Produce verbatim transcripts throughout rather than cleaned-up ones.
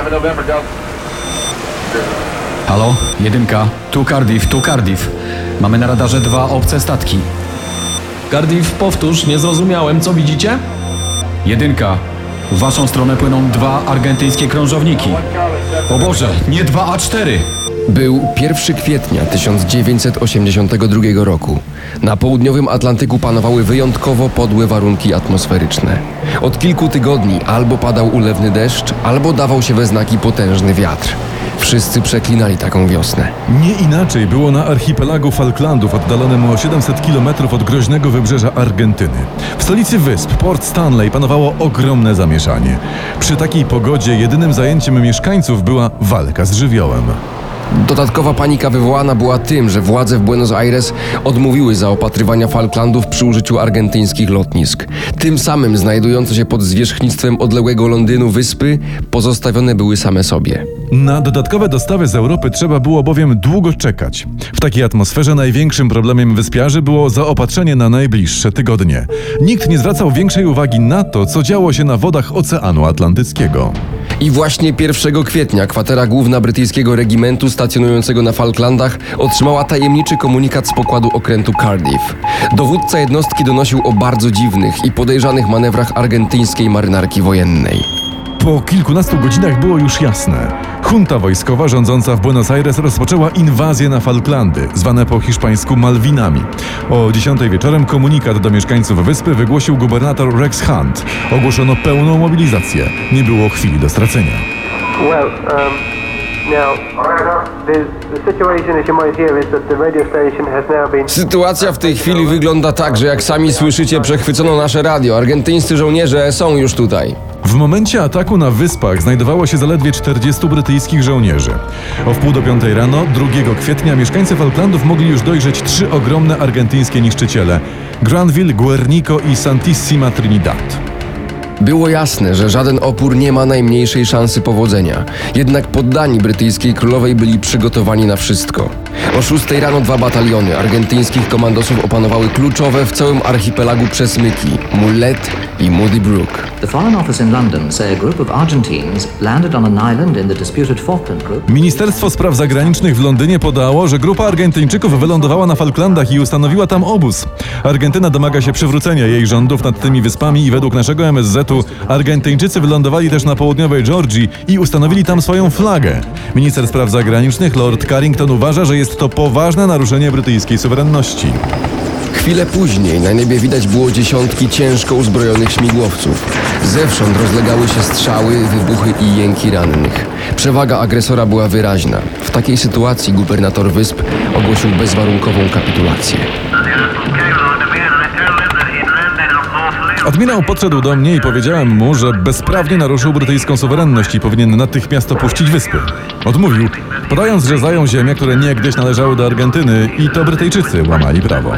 Halo? Jedynka. Tu Cardiff, tu Cardiff. Mamy na radarze dwa obce statki. Cardiff, powtórz, nie zrozumiałem, co widzicie? Jedynka. W waszą stronę płyną dwa argentyńskie krążowniki. O Boże, nie dwa, a cztery! Był pierwszego kwietnia tysiąc dziewięćset osiemdziesiątego drugiego roku. Na południowym Atlantyku panowały wyjątkowo podłe warunki atmosferyczne. Od kilku tygodni albo padał ulewny deszcz, albo dawał się we znaki potężny wiatr. Wszyscy przeklinali taką wiosnę. Nie inaczej było na archipelagu Falklandów, oddalonym o siedemset kilometrów od groźnego wybrzeża Argentyny. W stolicy wysp, Port Stanley, panowało ogromne zamieszanie. Przy takiej pogodzie jedynym zajęciem mieszkańców była walka z żywiołem. Dodatkowa panika wywołana była tym, że władze w Buenos Aires odmówiły zaopatrywania Falklandów przy użyciu argentyńskich lotnisk. Tym samym znajdujące się pod zwierzchnictwem odległego Londynu wyspy pozostawione były same sobie. Na dodatkowe dostawy z Europy trzeba było bowiem długo czekać. W takiej atmosferze największym problemem wyspiarzy było zaopatrzenie na najbliższe tygodnie. Nikt nie zwracał większej uwagi na to, co działo się na wodach Oceanu Atlantyckiego. I właśnie pierwszego kwietnia kwatera główna brytyjskiego regimentu stacjonującego na Falklandach otrzymała tajemniczy komunikat z pokładu okrętu Cardiff. Dowódca jednostki donosił o bardzo dziwnych i podejrzanych manewrach argentyńskiej marynarki wojennej. Po kilkunastu godzinach było już jasne. Junta wojskowa rządząca w Buenos Aires rozpoczęła inwazję na Falklandy, zwane po hiszpańsku Malwinami. O dziesiątej wieczorem komunikat do mieszkańców wyspy wygłosił gubernator Rex Hunt. Ogłoszono pełną mobilizację. Nie było chwili do stracenia. Well, um, now, the, the situation, as you might hear, is that the radio station has now been... Sytuacja w tej chwili wygląda tak, że jak sami słyszycie, przechwycono nasze radio. Argentyńscy żołnierze są już tutaj. W momencie ataku na wyspach znajdowało się zaledwie czterdziestu brytyjskich żołnierzy. O wpół do piątej rano, drugiego kwietnia, mieszkańcy Falklandów mogli już dojrzeć trzy ogromne argentyńskie niszczyciele: Granville, Guernico i Santissima Trinidad. Było jasne, że żaden opór nie ma najmniejszej szansy powodzenia. Jednak poddani brytyjskiej królowej byli przygotowani na wszystko. O szóstej rano dwa bataliony argentyńskich komandosów opanowały kluczowe w całym archipelagu przesmyki Mullet i Moody Brook. The Foreign Office in London say a group of Argentines landed on an island in the disputed Falkland Group. Ministerstwo Spraw Zagranicznych w Londynie podało, że grupa Argentyńczyków wylądowała na Falklandach i ustanowiła tam obóz. Argentyna domaga się przywrócenia jej rządów nad tymi wyspami i według naszego M S Z-u Argentyńczycy wylądowali też na południowej Georgii i ustanowili tam swoją flagę. Minister Spraw Zagranicznych Lord Carrington uważa, że jest to poważne naruszenie brytyjskiej suwerenności. Chwilę później na niebie widać było dziesiątki ciężko uzbrojonych śmigłowców. Zewsząd rozlegały się strzały, wybuchy i jęki rannych. Przewaga agresora była wyraźna. W takiej sytuacji gubernator wysp ogłosił bezwarunkową kapitulację. Admirał podszedł do mnie i powiedziałem mu, że bezprawnie naruszył brytyjską suwerenność i powinien natychmiast opuścić wyspy. Odmówił, podając, że zajął ziemię, które niegdyś należały do Argentyny i to Brytyjczycy łamali prawo.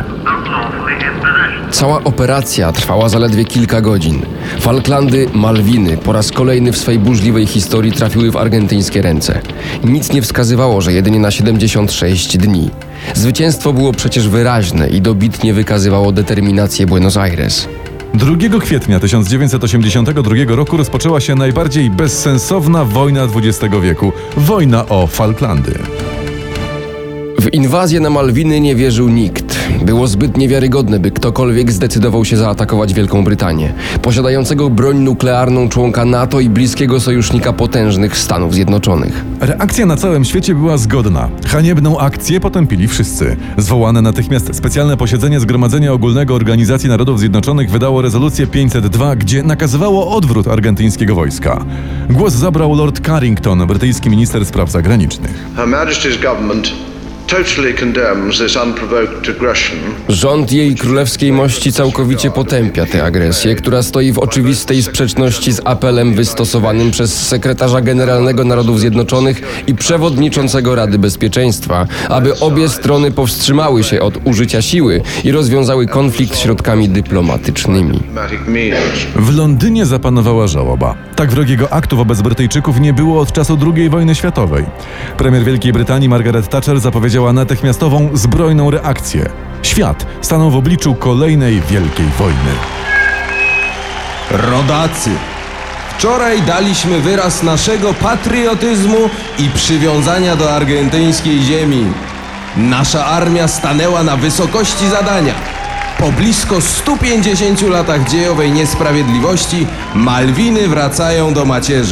Cała operacja trwała zaledwie kilka godzin. Falklandy, Malwiny po raz kolejny w swej burzliwej historii trafiły w argentyńskie ręce. Nic nie wskazywało, że jedynie na siedemdziesiąt sześć dni. Zwycięstwo było przecież wyraźne i dobitnie wykazywało determinację Buenos Aires. drugiego kwietnia tysiąc dziewięćset osiemdziesiątego drugiego roku rozpoczęła się najbardziej bezsensowna wojna dwudziestego wieku – wojna o Falklandy. W inwazję na Malwiny nie wierzył nikt. Było zbyt niewiarygodne, by ktokolwiek zdecydował się zaatakować Wielką Brytanię, posiadającego broń nuklearną członka NATO i bliskiego sojusznika potężnych Stanów Zjednoczonych. Reakcja na całym świecie była zgodna. Haniebną akcję potępili wszyscy. Zwołane natychmiast specjalne posiedzenie Zgromadzenia Ogólnego Organizacji Narodów Zjednoczonych wydało rezolucję pięćset dwa, gdzie nakazywało odwrót argentyńskiego wojska. Głos zabrał Lord Carrington, brytyjski minister spraw zagranicznych. Her Majesty's government totally condemns this unprovoked aggression. Rząd jej królewskiej mości całkowicie potępia tę agresję, która stoi w oczywistej sprzeczności z apelem wystosowanym przez sekretarza generalnego Narodów Zjednoczonych i przewodniczącego Rady Bezpieczeństwa, aby obie strony powstrzymały się od użycia siły i rozwiązały konflikt środkami dyplomatycznymi. W Londynie zapanowała żałoba. Tak wrogiego aktu wobec Brytyjczyków nie było od czasu drugiej wojny światowej. Premier Wielkiej Brytanii Margaret Thatcher zapowiedziała natychmiastową, zbrojną reakcję. Świat stanął w obliczu kolejnej wielkiej wojny. Rodacy, w Wczoraj daliśmy wyraz naszego patriotyzmu i przywiązania do argentyńskiej ziemi. Nasza armia stanęła na wysokości zadania. Po blisko stu pięćdziesięciu latach dziejowej niesprawiedliwości Malwiny wracają do macierzy.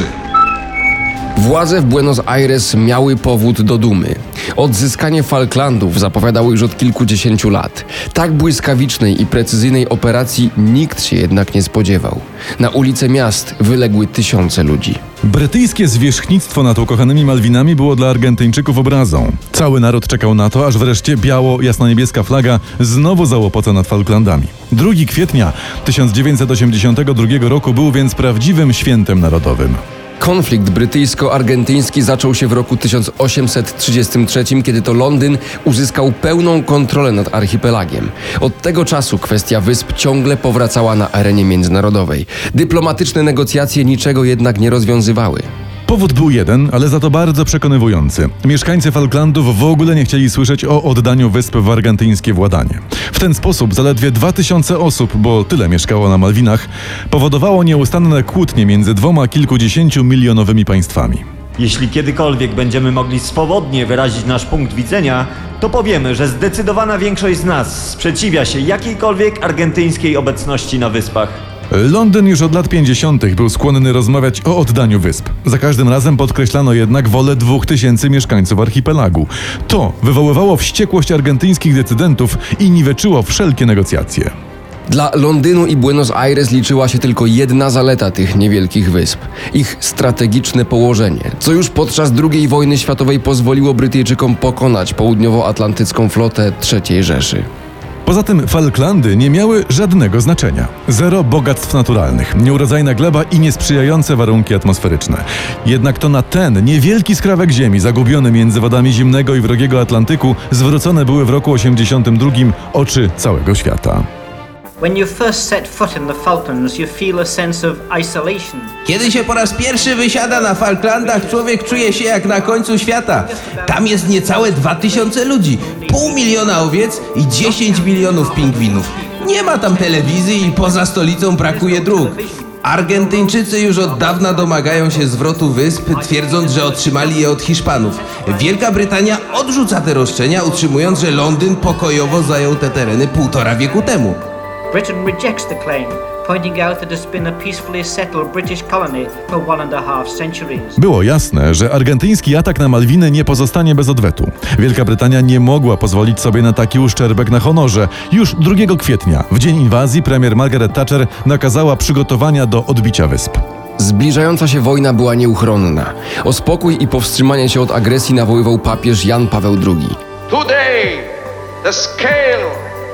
Władze w Buenos Aires miały powód do dumy. Odzyskanie Falklandów zapowiadało już od kilkudziesięciu lat. Tak błyskawicznej i precyzyjnej operacji nikt się jednak nie spodziewał. Na ulice miast wyległy tysiące ludzi. Brytyjskie zwierzchnictwo nad ukochanymi Malwinami było dla Argentyńczyków obrazą. Cały naród czekał na to, aż wreszcie biało-jasno-niebieska flaga znowu załopoce nad Falklandami. drugiego kwietnia tysiąc dziewięćset osiemdziesiątego drugiego roku był więc prawdziwym świętem narodowym. Konflikt brytyjsko-argentyński zaczął się w roku tysiąc osiemset trzydziestym trzecim, kiedy to Londyn uzyskał pełną kontrolę nad archipelagiem. Od tego czasu kwestia wysp ciągle powracała na arenie międzynarodowej. Dyplomatyczne negocjacje niczego jednak nie rozwiązywały. Powód był jeden, ale za to bardzo przekonywujący. Mieszkańcy Falklandów w ogóle nie chcieli słyszeć o oddaniu wysp w argentyńskie władanie. W ten sposób zaledwie dwa tysiące osób, bo tyle mieszkało na Malwinach, powodowało nieustanne kłótnie między dwoma kilkudziesięciu milionowymi państwami. Jeśli kiedykolwiek będziemy mogli swobodnie wyrazić nasz punkt widzenia, to powiemy, że zdecydowana większość z nas sprzeciwia się jakiejkolwiek argentyńskiej obecności na wyspach. Londyn już od lat pięćdziesiątych był skłonny rozmawiać o oddaniu wysp. Za każdym razem podkreślano jednak wolę dwóch tysięcy mieszkańców archipelagu. To wywoływało wściekłość argentyńskich decydentów i niweczyło wszelkie negocjacje. Dla Londynu i Buenos Aires liczyła się tylko jedna zaleta tych niewielkich wysp. Ich strategiczne położenie, co już podczas drugiej wojny światowej pozwoliło Brytyjczykom pokonać południowoatlantycką flotę trzeciej Rzeszy. Poza tym Falklandy nie miały żadnego znaczenia. Zero bogactw naturalnych, nieurodzajna gleba i niesprzyjające warunki atmosferyczne. Jednak to na ten niewielki skrawek ziemi, zagubiony między wodami zimnego i wrogiego Atlantyku, zwrócone były w roku osiemdziesiątym drugim oczy całego świata. When you first set foot in the Falklands, you feel a sense of isolation. Kiedy się po raz pierwszy wysiada na Falklandach, człowiek czuje się jak na końcu świata. Tam jest niecałe dwa tysiące ludzi, pół miliona owiec i dziesięć milionów pingwinów. Nie ma tam telewizji i poza stolicą brakuje dróg. Argentyńczycy już od dawna domagają się zwrotu wysp, twierdząc, że otrzymali je od Hiszpanów. Wielka Brytania odrzuca te roszczenia, utrzymując, że Londyn pokojowo zajął te tereny półtora wieku temu. Britain rejects the claim, pointing out that it's been a peacefully settled British colony for one and a half centuries. Było jasne, że argentyński atak na Malwiny nie pozostanie bez odwetu. Wielka Brytania nie mogła pozwolić sobie na taki uszczerbek na honorze. Już drugiego kwietnia, w dzień inwazji, premier Margaret Thatcher nakazała przygotowania do odbicia wysp. Zbliżająca się wojna była nieuchronna. O spokój i powstrzymanie się od agresji nawoływał papież Jan Paweł drugi. Today, the scale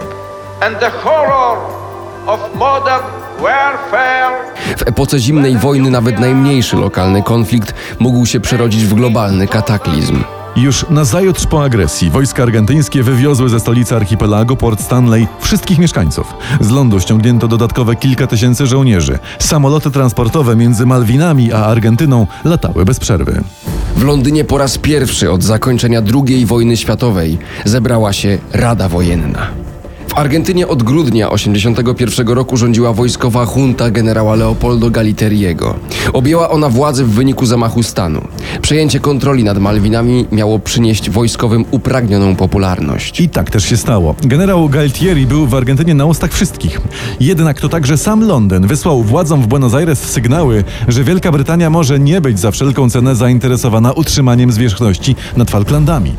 and the horror of modern warfare. W epoce zimnej wojny nawet najmniejszy lokalny konflikt mógł się przerodzić w globalny kataklizm. Już nazajutrz po agresji wojska argentyńskie wywiozły ze stolicy archipelagu Port Stanley wszystkich mieszkańców. Z lądu ściągnięto dodatkowe kilka tysięcy żołnierzy. Samoloty transportowe między Malwinami a Argentyną latały bez przerwy. W Londynie po raz pierwszy od zakończenia drugiej wojny światowej zebrała się Rada Wojenna. W Argentynie od grudnia osiemdziesiątego pierwszego roku rządziła wojskowa junta generała Leopoldo Galiteriego. Objęła ona władzę w wyniku zamachu stanu. Przejęcie kontroli nad Malwinami miało przynieść wojskowym upragnioną popularność. I tak też się stało. Generał Galtieri był w Argentynie na ustach wszystkich. Jednak to także sam Londyn wysłał władzom w Buenos Aires sygnały, że Wielka Brytania może nie być za wszelką cenę zainteresowana utrzymaniem zwierzchności nad Falklandami.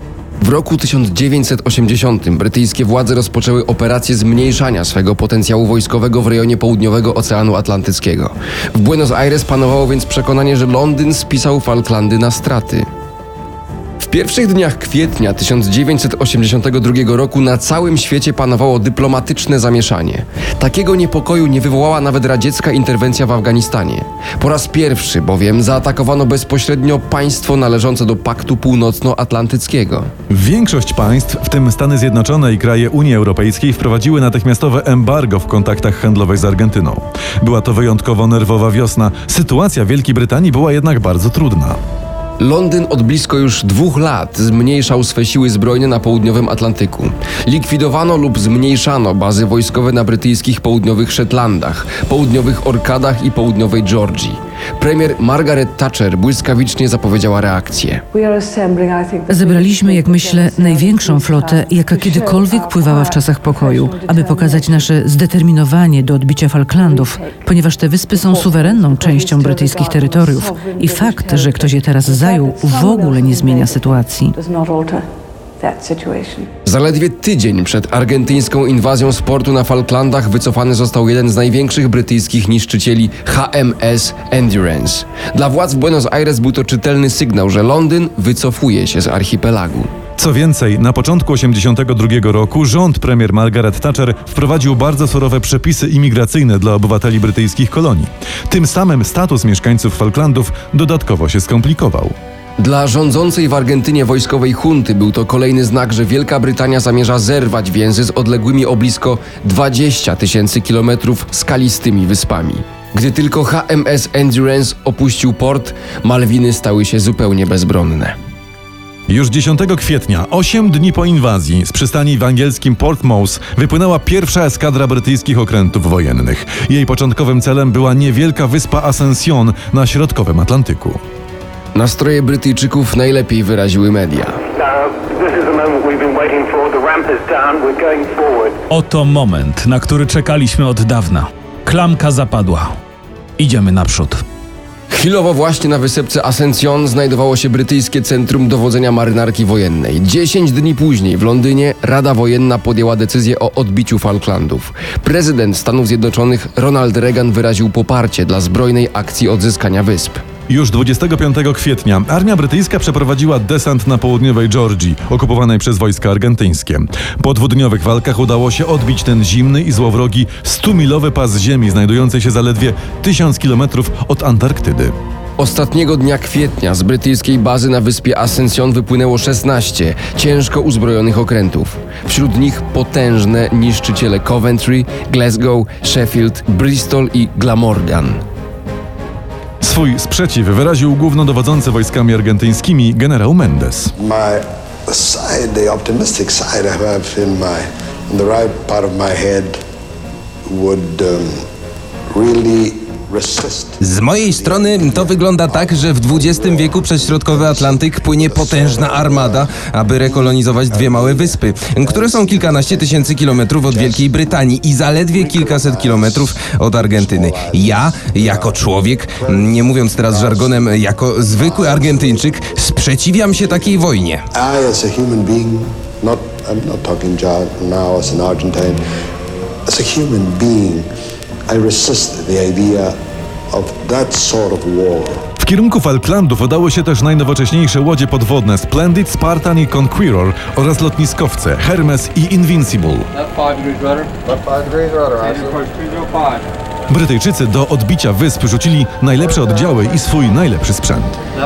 W roku tysiąc dziewięćset osiemdziesiątym brytyjskie władze rozpoczęły operację zmniejszania swego potencjału wojskowego w rejonie południowego Oceanu Atlantyckiego. W Buenos Aires panowało więc przekonanie, że Londyn spisał Falklandy na straty. W pierwszych dniach kwietnia tysiąc dziewięćset osiemdziesiątego drugiego roku na całym świecie panowało dyplomatyczne zamieszanie. Takiego niepokoju nie wywołała nawet radziecka interwencja w Afganistanie. Po raz pierwszy bowiem zaatakowano bezpośrednio państwo należące do Paktu Północnoatlantyckiego. Większość państw, w tym Stany Zjednoczone i kraje Unii Europejskiej, wprowadziły natychmiastowe embargo w kontaktach handlowych z Argentyną. Była to wyjątkowo nerwowa wiosna. Sytuacja Wielkiej Brytanii była jednak bardzo trudna. Londyn od blisko już dwóch lat zmniejszał swe siły zbrojne na południowym Atlantyku. Likwidowano lub zmniejszano bazy wojskowe na brytyjskich południowych Szetlandach, południowych Orkadach i południowej Georgii. Premier Margaret Thatcher błyskawicznie zapowiedziała reakcję. Zebraliśmy, jak myślę, największą flotę, jaka kiedykolwiek pływała w czasach pokoju, aby pokazać nasze zdeterminowanie do odbicia Falklandów, ponieważ te wyspy są suwerenną częścią brytyjskich terytoriów i fakt, że ktoś je teraz zajął, w ogóle nie zmienia sytuacji. Zaledwie tydzień przed argentyńską inwazją z portu na Falklandach wycofany został jeden z największych brytyjskich niszczycieli H M S Endurance. Dla władz Buenos Aires był to czytelny sygnał, że Londyn wycofuje się z archipelagu. Co więcej, na początku osiemdziesiątego drugiego roku rząd premier Margaret Thatcher wprowadził bardzo surowe przepisy imigracyjne dla obywateli brytyjskich kolonii. Tym samym status mieszkańców Falklandów dodatkowo się skomplikował. Dla rządzącej w Argentynie wojskowej junty był to kolejny znak, że Wielka Brytania zamierza zerwać więzy z odległymi o blisko dwadzieścia tysięcy kilometrów skalistymi wyspami. Gdy tylko H M S Endurance opuścił port, Malwiny stały się zupełnie bezbronne. Już dziesiątego kwietnia, osiem dni po inwazji, z przystani w angielskim Portsmouth wypłynęła pierwsza eskadra brytyjskich okrętów wojennych. Jej początkowym celem była niewielka wyspa Ascension na środkowym Atlantyku. Nastroje Brytyjczyków najlepiej wyraziły media. Oto moment, na który czekaliśmy od dawna. Klamka zapadła. Idziemy naprzód. Chwilowo właśnie na wysepce Ascension znajdowało się brytyjskie centrum dowodzenia marynarki wojennej. Dziesięć dni później w Londynie Rada Wojenna podjęła decyzję o odbiciu Falklandów. Prezydent Stanów Zjednoczonych Ronald Reagan wyraził poparcie dla zbrojnej akcji odzyskania wysp. Już dwudziestego piątego kwietnia armia brytyjska przeprowadziła desant na południowej Georgii, okupowanej przez wojska argentyńskie. Po dwudniowych walkach udało się odbić ten zimny i złowrogi stumilowy pas ziemi, znajdujący się zaledwie tysiąc kilometrów od Antarktydy. Ostatniego dnia kwietnia z brytyjskiej bazy na wyspie Ascension wypłynęło szesnaście ciężko uzbrojonych okrętów. Wśród nich potężne niszczyciele Coventry, Glasgow, Sheffield, Bristol i Glamorgan. Swój sprzeciw wyraził głównodowodzący wojskami argentyńskimi generał Mendes. My side, the optimistic side I have in my, in the right part of my head would um, really resist. Z mojej strony to wygląda tak, że w dwudziestym wieku przez środkowy Atlantyk płynie potężna armada, aby rekolonizować dwie małe wyspy, które są kilkanaście tysięcy kilometrów od Wielkiej Brytanii i zaledwie kilkaset kilometrów od Argentyny. Ja, jako człowiek, nie mówiąc teraz żargonem, jako zwykły Argentyńczyk, sprzeciwiam się takiej wojnie. I as a human being, not, I'm not talking now as an Argentine, as a human being, I resist the idea of that sort of war. W kierunku Falklandów udały się też najnowocześniejsze łodzie podwodne Splendid, Spartan i Conqueror oraz lotniskowce Hermes i Invincible. Brytyjczycy do odbicia wysp rzucili najlepsze oddziały i swój najlepszy sprzęt.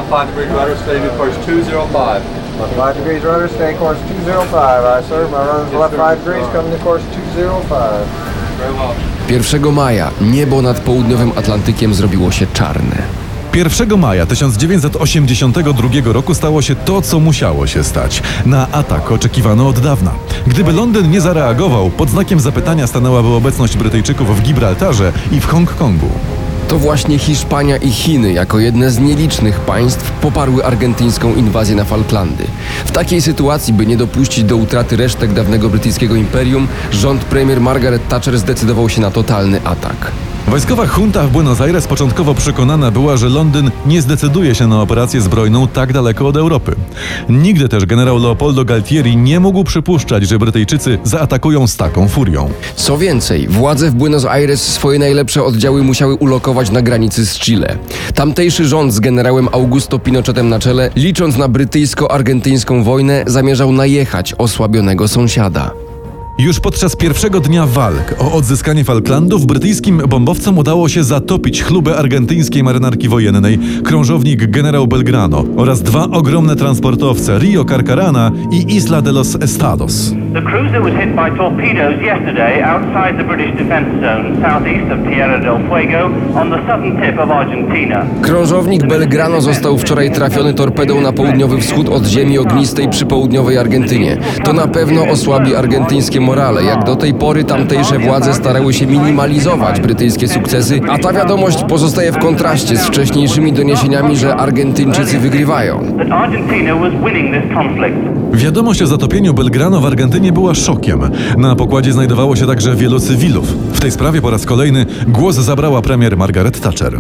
pierwszego maja niebo nad południowym Atlantykiem zrobiło się czarne. pierwszego maja tysiąc dziewięćset osiemdziesiątego drugiego roku stało się to, co musiało się stać. Na atak oczekiwano od dawna. Gdyby Londyn nie zareagował, pod znakiem zapytania stanęłaby obecność Brytyjczyków w Gibraltarze i w Hongkongu. To właśnie Hiszpania i Chiny, jako jedne z nielicznych państw, poparły argentyńską inwazję na Falklandy. W takiej sytuacji, by nie dopuścić do utraty resztek dawnego brytyjskiego imperium, rząd premier Margaret Thatcher zdecydował się na totalny atak. Wojskowa junta w Buenos Aires początkowo przekonana była, że Londyn nie zdecyduje się na operację zbrojną tak daleko od Europy. Nigdy też generał Leopoldo Galtieri nie mógł przypuszczać, że Brytyjczycy zaatakują z taką furią. Co więcej, władze w Buenos Aires swoje najlepsze oddziały musiały ulokować na granicy z Chile. Tamtejszy rząd z generałem Augusto Pinochetem na czele, licząc na brytyjsko-argentyńską wojnę, zamierzał najechać osłabionego sąsiada. Już podczas pierwszego dnia walk o odzyskanie Falklandów brytyjskim bombowcom udało się zatopić chlubę argentyńskiej marynarki wojennej, krążownik generał Belgrano oraz dwa ogromne transportowce Rio Carcarana i Isla de los Estados. The cruiser was hit by torpedoes yesterday outside the British defense zone, southeast of Tierra del Fuego, on the southern tip of Argentina. Krążownik Belgrano został wczoraj trafiony torpedą na południowy wschód od ziemi ognistej przy południowej Argentynie. To na pewno osłabi argentyńskie morale. Jak do tej pory tamtejsze władze starały się minimalizować brytyjskie sukcesy, a ta wiadomość pozostaje w kontraście z wcześniejszymi doniesieniami, że Argentyńczycy wygrywają. Wiadomość o zatopieniu Belgrano w Argentynie była szokiem. Na pokładzie znajdowało się także wielu cywilów. W tej sprawie po raz kolejny głos zabrała premier Margaret Thatcher.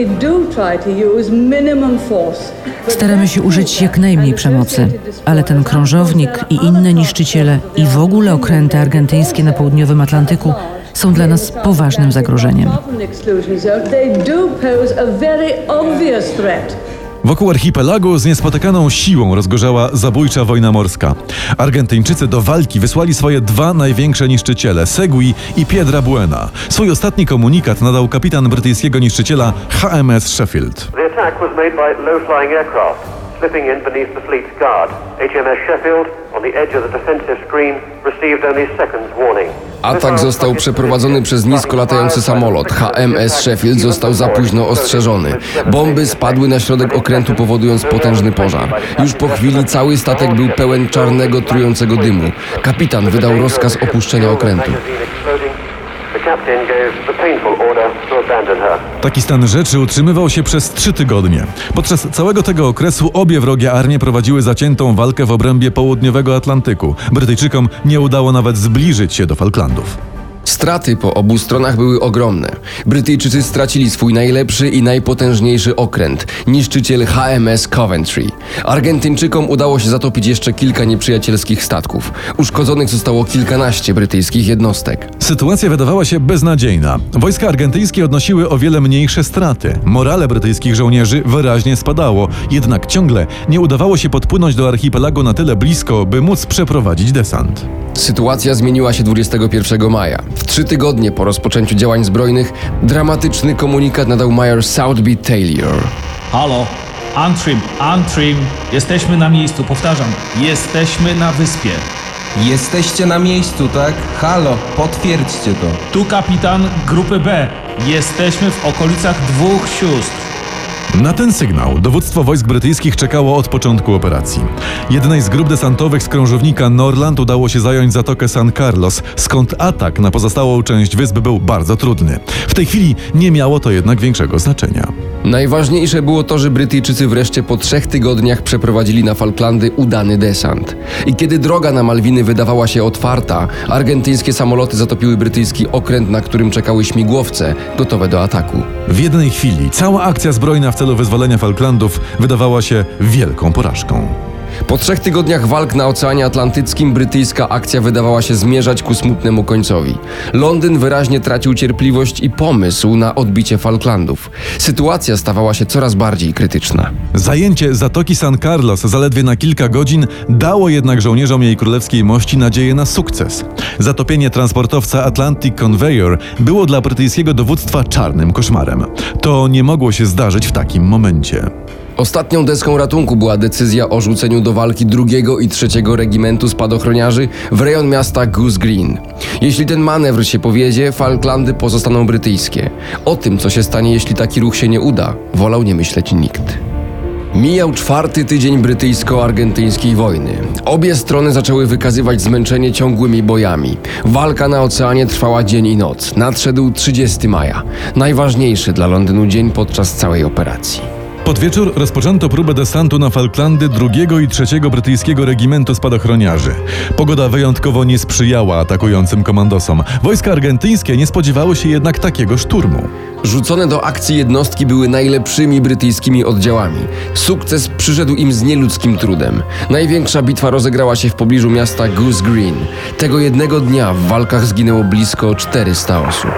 Staramy się użyć jak najmniej przemocy, ale ten krążownik i inne niszczyciele i w ogóle okręty argentyńskie na południowym Atlantyku są dla nas poważnym zagrożeniem. Wokół archipelagu z niespotykaną siłą rozgorzała zabójcza wojna morska. Argentyńczycy do walki wysłali swoje dwa największe niszczyciele, Segui i Piedra Buena. Swój ostatni komunikat nadał kapitan brytyjskiego niszczyciela H M S Sheffield. The attack was made by low-flying aircraft, slipping in beneath the fleet's guard. H M S Sheffield, on the edge of the defensive screen, received only seconds warning. Atak został przeprowadzony przez nisko latający samolot. H M S Sheffield został za późno ostrzeżony. Bomby spadły na środek okrętu, powodując potężny pożar. Już po chwili cały statek był pełen czarnego, trującego dymu. Kapitan wydał rozkaz opuszczenia okrętu. Taki stan rzeczy utrzymywał się przez trzy tygodnie. Podczas całego tego okresu obie wrogie armie prowadziły zaciętą walkę w obrębie południowego Atlantyku. Brytyjczykom nie udało nawet zbliżyć się do Falklandów. Straty po obu stronach były ogromne. Brytyjczycy stracili swój najlepszy i najpotężniejszy okręt, niszczyciel H M S Coventry. Argentyńczykom udało się zatopić jeszcze kilka nieprzyjacielskich statków. Uszkodzonych zostało kilkanaście brytyjskich jednostek. Sytuacja wydawała się beznadziejna. Wojska argentyńskie odnosiły o wiele mniejsze straty. Morale brytyjskich żołnierzy wyraźnie spadało, jednak ciągle nie udawało się podpłynąć do archipelagu na tyle blisko, by móc przeprowadzić desant. Sytuacja zmieniła się dwudziestego pierwszego maja. W trzy tygodnie po rozpoczęciu działań zbrojnych dramatyczny komunikat nadał major Southby Taylor. Halo, Antrim, Antrim, jesteśmy na miejscu, powtarzam, jesteśmy na wyspie. Jesteście na miejscu, tak? Halo, potwierdźcie to. Tu kapitan grupy B. Jesteśmy w okolicach dwóch sióstr. Na ten sygnał dowództwo wojsk brytyjskich czekało od początku operacji. Jednej z grup desantowych z krążownika Norland udało się zająć zatokę San Carlos, skąd atak na pozostałą część wysp był bardzo trudny. W tej chwili nie miało to jednak większego znaczenia. Najważniejsze było to, że Brytyjczycy wreszcie po trzech tygodniach przeprowadzili na Falklandy udany desant. I kiedy droga na Malwiny wydawała się otwarta, argentyńskie samoloty zatopiły brytyjski okręt, na którym czekały śmigłowce gotowe do ataku. W jednej chwili cała akcja zbrojna w celu wyzwolenia Falklandów wydawała się wielką porażką. Po trzech tygodniach walk na Oceanie Atlantyckim brytyjska akcja wydawała się zmierzać ku smutnemu końcowi. Londyn wyraźnie tracił cierpliwość i pomysł na odbicie Falklandów. Sytuacja stawała się coraz bardziej krytyczna. Zajęcie Zatoki San Carlos zaledwie na kilka godzin dało jednak żołnierzom jej królewskiej mości nadzieję na sukces. Zatopienie transportowca Atlantic Conveyor było dla brytyjskiego dowództwa czarnym koszmarem. To nie mogło się zdarzyć w takim momencie. Ostatnią deską ratunku była decyzja o rzuceniu do walki drugiego i trzeciego regimentu spadochroniarzy w rejon miasta Goose Green. Jeśli ten manewr się powiedzie, Falklandy pozostaną brytyjskie. O tym, co się stanie, jeśli taki ruch się nie uda, wolał nie myśleć nikt. Mijał czwarty tydzień brytyjsko-argentyńskiej wojny. Obie strony zaczęły wykazywać zmęczenie ciągłymi bojami. Walka na oceanie trwała dzień i noc. Nadszedł trzydziestego maja. Najważniejszy dla Londynu dzień podczas całej operacji. Pod wieczór rozpoczęto próbę desantu na Falklandy drugiego i trzeciego brytyjskiego regimentu spadochroniarzy. Pogoda wyjątkowo nie sprzyjała atakującym komandosom. Wojska argentyńskie nie spodziewały się jednak takiego szturmu. Rzucone do akcji jednostki były najlepszymi brytyjskimi oddziałami. Sukces przyszedł im z nieludzkim trudem. Największa bitwa rozegrała się w pobliżu miasta Goose Green. Tego jednego dnia w walkach zginęło blisko czterysta osób.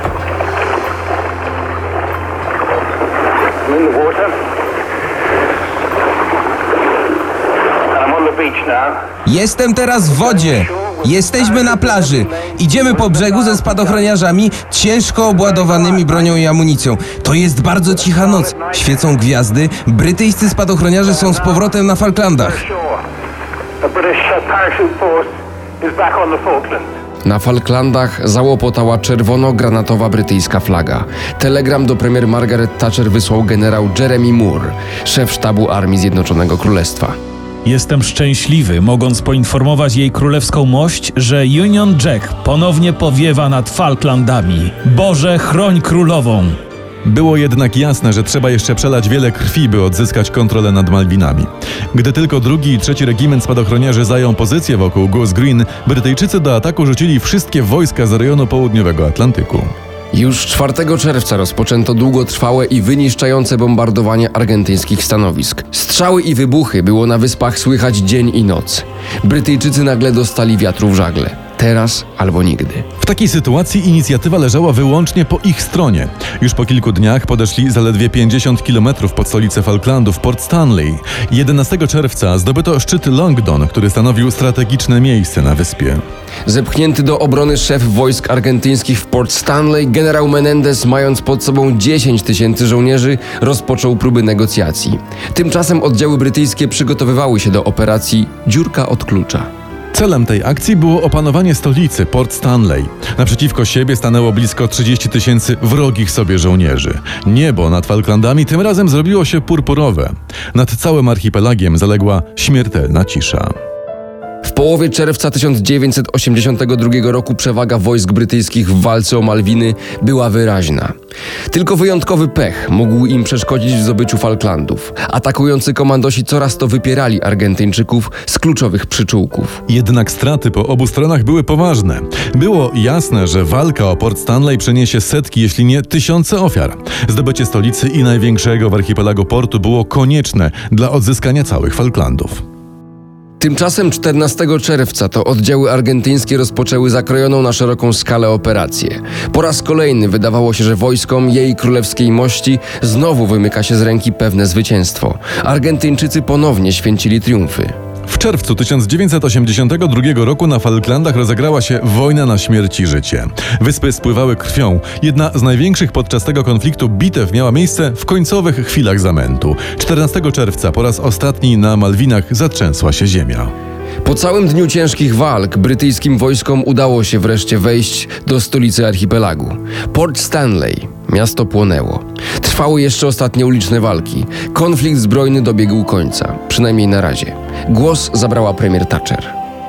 Jestem teraz w wodzie. Jesteśmy na plaży. Idziemy po brzegu ze spadochroniarzami, ciężko obładowanymi bronią i amunicją. To jest bardzo cicha noc. Świecą gwiazdy. Brytyjscy spadochroniarze są z powrotem na Falklandach. is back on the Falklands. Na Falklandach załopotała czerwono-granatowa brytyjska flaga. Telegram do premier Margaret Thatcher wysłał generał Jeremy Moore, szef sztabu Armii Zjednoczonego Królestwa. Jestem szczęśliwy, mogąc poinformować jej królewską mość, że Union Jack ponownie powiewa nad Falklandami. Boże, chroń królową! Było jednak jasne, że trzeba jeszcze przelać wiele krwi, by odzyskać kontrolę nad Malwinami. Gdy tylko drugi i trzeci regiment spadochroniarzy zajął pozycję wokół Goose Green, Brytyjczycy do ataku rzucili wszystkie wojska z rejonu południowego Atlantyku. Już czwartego czerwca rozpoczęto długotrwałe i wyniszczające bombardowanie argentyńskich stanowisk. Strzały i wybuchy było na wyspach słychać dzień i noc. Brytyjczycy nagle dostali wiatru w żagle. Teraz albo nigdy. W takiej sytuacji inicjatywa leżała wyłącznie po ich stronie. Już po kilku dniach podeszli zaledwie pięćdziesiąt kilometrów pod stolicę Falklandów, Port Stanley. jedenastego czerwca zdobyto szczyt Longdon, który stanowił strategiczne miejsce na wyspie. Zepchnięty do obrony szef wojsk argentyńskich w Port Stanley, generał Menendez, mając pod sobą dziesięć tysięcy żołnierzy, rozpoczął próby negocjacji. Tymczasem oddziały brytyjskie przygotowywały się do operacji Dziurka od klucza. Celem tej akcji było opanowanie stolicy, Port Stanley. Naprzeciwko siebie stanęło blisko trzydzieści tysięcy wrogich sobie żołnierzy. Niebo nad Falklandami tym razem zrobiło się purpurowe. Nad całym archipelagiem zaległa śmiertelna cisza. W połowie czerwca tysiąc dziewięćset osiemdziesiątego drugiego roku przewaga wojsk brytyjskich w walce o Malwiny była wyraźna. Tylko wyjątkowy pech mógł im przeszkodzić w zdobyciu Falklandów. Atakujący komandosi coraz to wypierali Argentyńczyków z kluczowych przyczółków. Jednak straty po obu stronach były poważne. Było jasne, że walka o Port Stanley przyniesie setki, jeśli nie tysiące ofiar. Zdobycie stolicy i największego w archipelagu portu było konieczne dla odzyskania całych Falklandów. Tymczasem czternastego czerwca to oddziały argentyńskie rozpoczęły zakrojoną na szeroką skalę operację. Po raz kolejny wydawało się, że wojskom jej królewskiej mości znowu wymyka się z ręki pewne zwycięstwo. Argentyńczycy ponownie święcili triumfy. W czerwcu tysiąc dziewięćset osiemdziesiątego drugiego roku na Falklandach rozegrała się wojna na śmierć i życie. Wyspy spływały krwią. Jedna z największych podczas tego konfliktu bitew miała miejsce w końcowych chwilach zamętu. czternastego czerwca po raz ostatni na Malwinach zatrzęsła się ziemia. Po całym dniu ciężkich walk brytyjskim wojskom udało się wreszcie wejść do stolicy archipelagu. Port Stanley. Miasto płonęło. Trwały jeszcze ostatnie uliczne walki. Konflikt zbrojny dobiegł końca. Przynajmniej na razie. Głos zabrała premier Thatcher.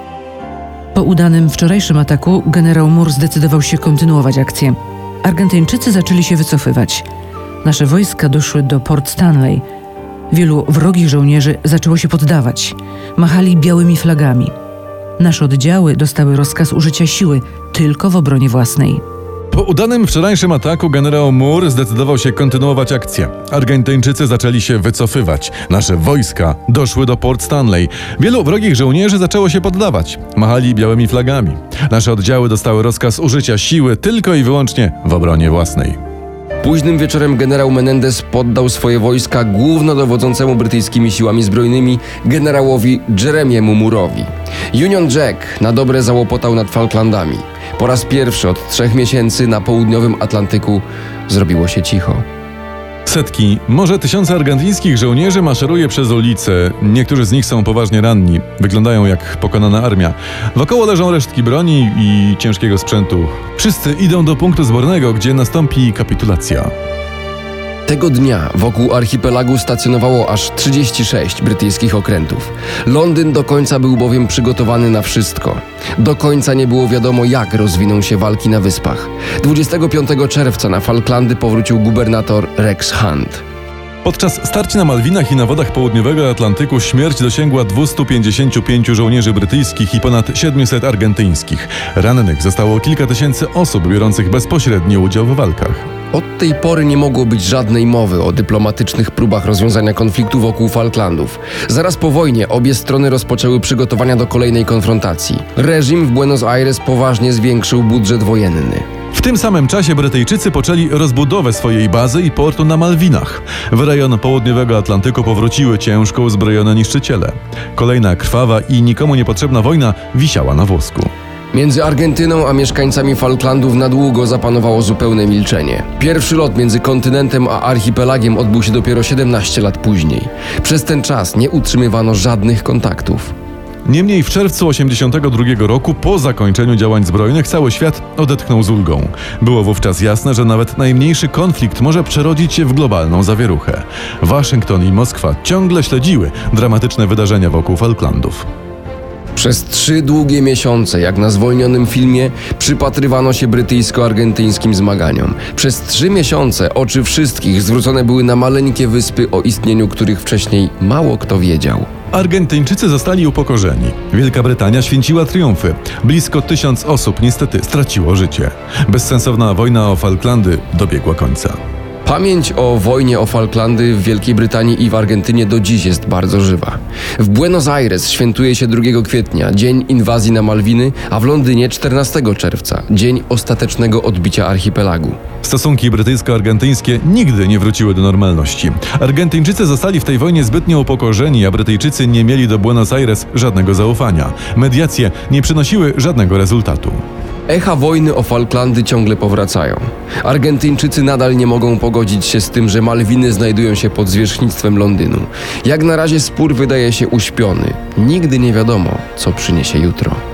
Po udanym wczorajszym ataku generał Moore zdecydował się kontynuować akcję. Argentyńczycy zaczęli się wycofywać. Nasze wojska doszły do Port Stanley. Wielu wrogich żołnierzy zaczęło się poddawać. Machali białymi flagami. Nasze oddziały dostały rozkaz użycia siły tylko w obronie własnej. Po udanym wczorajszym ataku generał Moore zdecydował się kontynuować akcję. Argentyńczycy zaczęli się wycofywać. Nasze wojska doszły do Port Stanley. Wielu wrogich żołnierzy zaczęło się poddawać. Machali białymi flagami. Nasze oddziały dostały rozkaz użycia siły tylko i wyłącznie w obronie własnej. Późnym wieczorem generał Menendez poddał swoje wojska głównodowodzącemu brytyjskimi siłami zbrojnymi generałowi Jeremiemu Moore'owi. Union Jack na dobre załopotał nad Falklandami. Po raz pierwszy od trzech miesięcy na południowym Atlantyku zrobiło się cicho. Setki, może tysiące argentyńskich żołnierzy maszeruje przez ulice. Niektórzy z nich są poważnie ranni. Wyglądają jak pokonana armia. Wokoło leżą resztki broni i ciężkiego sprzętu. Wszyscy idą do punktu zbornego, gdzie nastąpi kapitulacja. Tego dnia wokół archipelagu stacjonowało aż trzydzieści sześć brytyjskich okrętów. Londyn do końca był bowiem przygotowany na wszystko. Do końca nie było wiadomo, jak rozwiną się walki na wyspach. dwudziestego piątego czerwca na Falklandy powrócił gubernator Rex Hunt. Podczas starć na Malwinach i na wodach południowego Atlantyku śmierć dosięgła dwustu pięćdziesięciu pięciu żołnierzy brytyjskich i ponad siedmiuset argentyńskich. Rannych zostało kilka tysięcy osób biorących bezpośredni udział w walkach. Od tej pory nie mogło być żadnej mowy o dyplomatycznych próbach rozwiązania konfliktu wokół Falklandów. Zaraz po wojnie obie strony rozpoczęły przygotowania do kolejnej konfrontacji. Reżim w Buenos Aires poważnie zwiększył budżet wojenny. W tym samym czasie Brytyjczycy poczęli rozbudowę swojej bazy i portu na Malwinach. W rejon południowego Atlantyku powróciły ciężko uzbrojone niszczyciele. Kolejna krwawa i nikomu niepotrzebna wojna wisiała na włosku. Między Argentyną a mieszkańcami Falklandów na długo zapanowało zupełne milczenie. Pierwszy lot między kontynentem a archipelagiem odbył się dopiero siedemnaście lat później. Przez ten czas nie utrzymywano żadnych kontaktów. Niemniej w czerwcu osiemdziesiątego drugiego roku, po zakończeniu działań zbrojnych, cały świat odetchnął z ulgą. Było wówczas jasne, że nawet najmniejszy konflikt może przerodzić się w globalną zawieruchę. Waszyngton i Moskwa ciągle śledziły dramatyczne wydarzenia wokół Falklandów. Przez trzy długie miesiące, jak na zwolnionym filmie, przypatrywano się brytyjsko-argentyńskim zmaganiom. Przez trzy miesiące oczy wszystkich zwrócone były na maleńkie wyspy, o istnieniu których wcześniej mało kto wiedział. Argentyńczycy zostali upokorzeni. Wielka Brytania święciła triumfy. Blisko tysiąc osób niestety straciło życie. Bezsensowna wojna o Falklandy dobiegła końca. Pamięć o wojnie o Falklandy w Wielkiej Brytanii i w Argentynie do dziś jest bardzo żywa. W Buenos Aires świętuje się drugiego kwietnia, dzień inwazji na Malwiny, a w Londynie czternastego czerwca, dzień ostatecznego odbicia archipelagu. Stosunki brytyjsko-argentyńskie nigdy nie wróciły do normalności. Argentyńczycy zostali w tej wojnie zbytnio upokorzeni, a Brytyjczycy nie mieli do Buenos Aires żadnego zaufania. Mediacje nie przynosiły żadnego rezultatu. Echa wojny o Falklandy ciągle powracają. Argentyńczycy nadal nie mogą pogodzić się z tym, że Malwiny znajdują się pod zwierzchnictwem Londynu. Jak na razie spór wydaje się uśpiony. Nigdy nie wiadomo, co przyniesie jutro.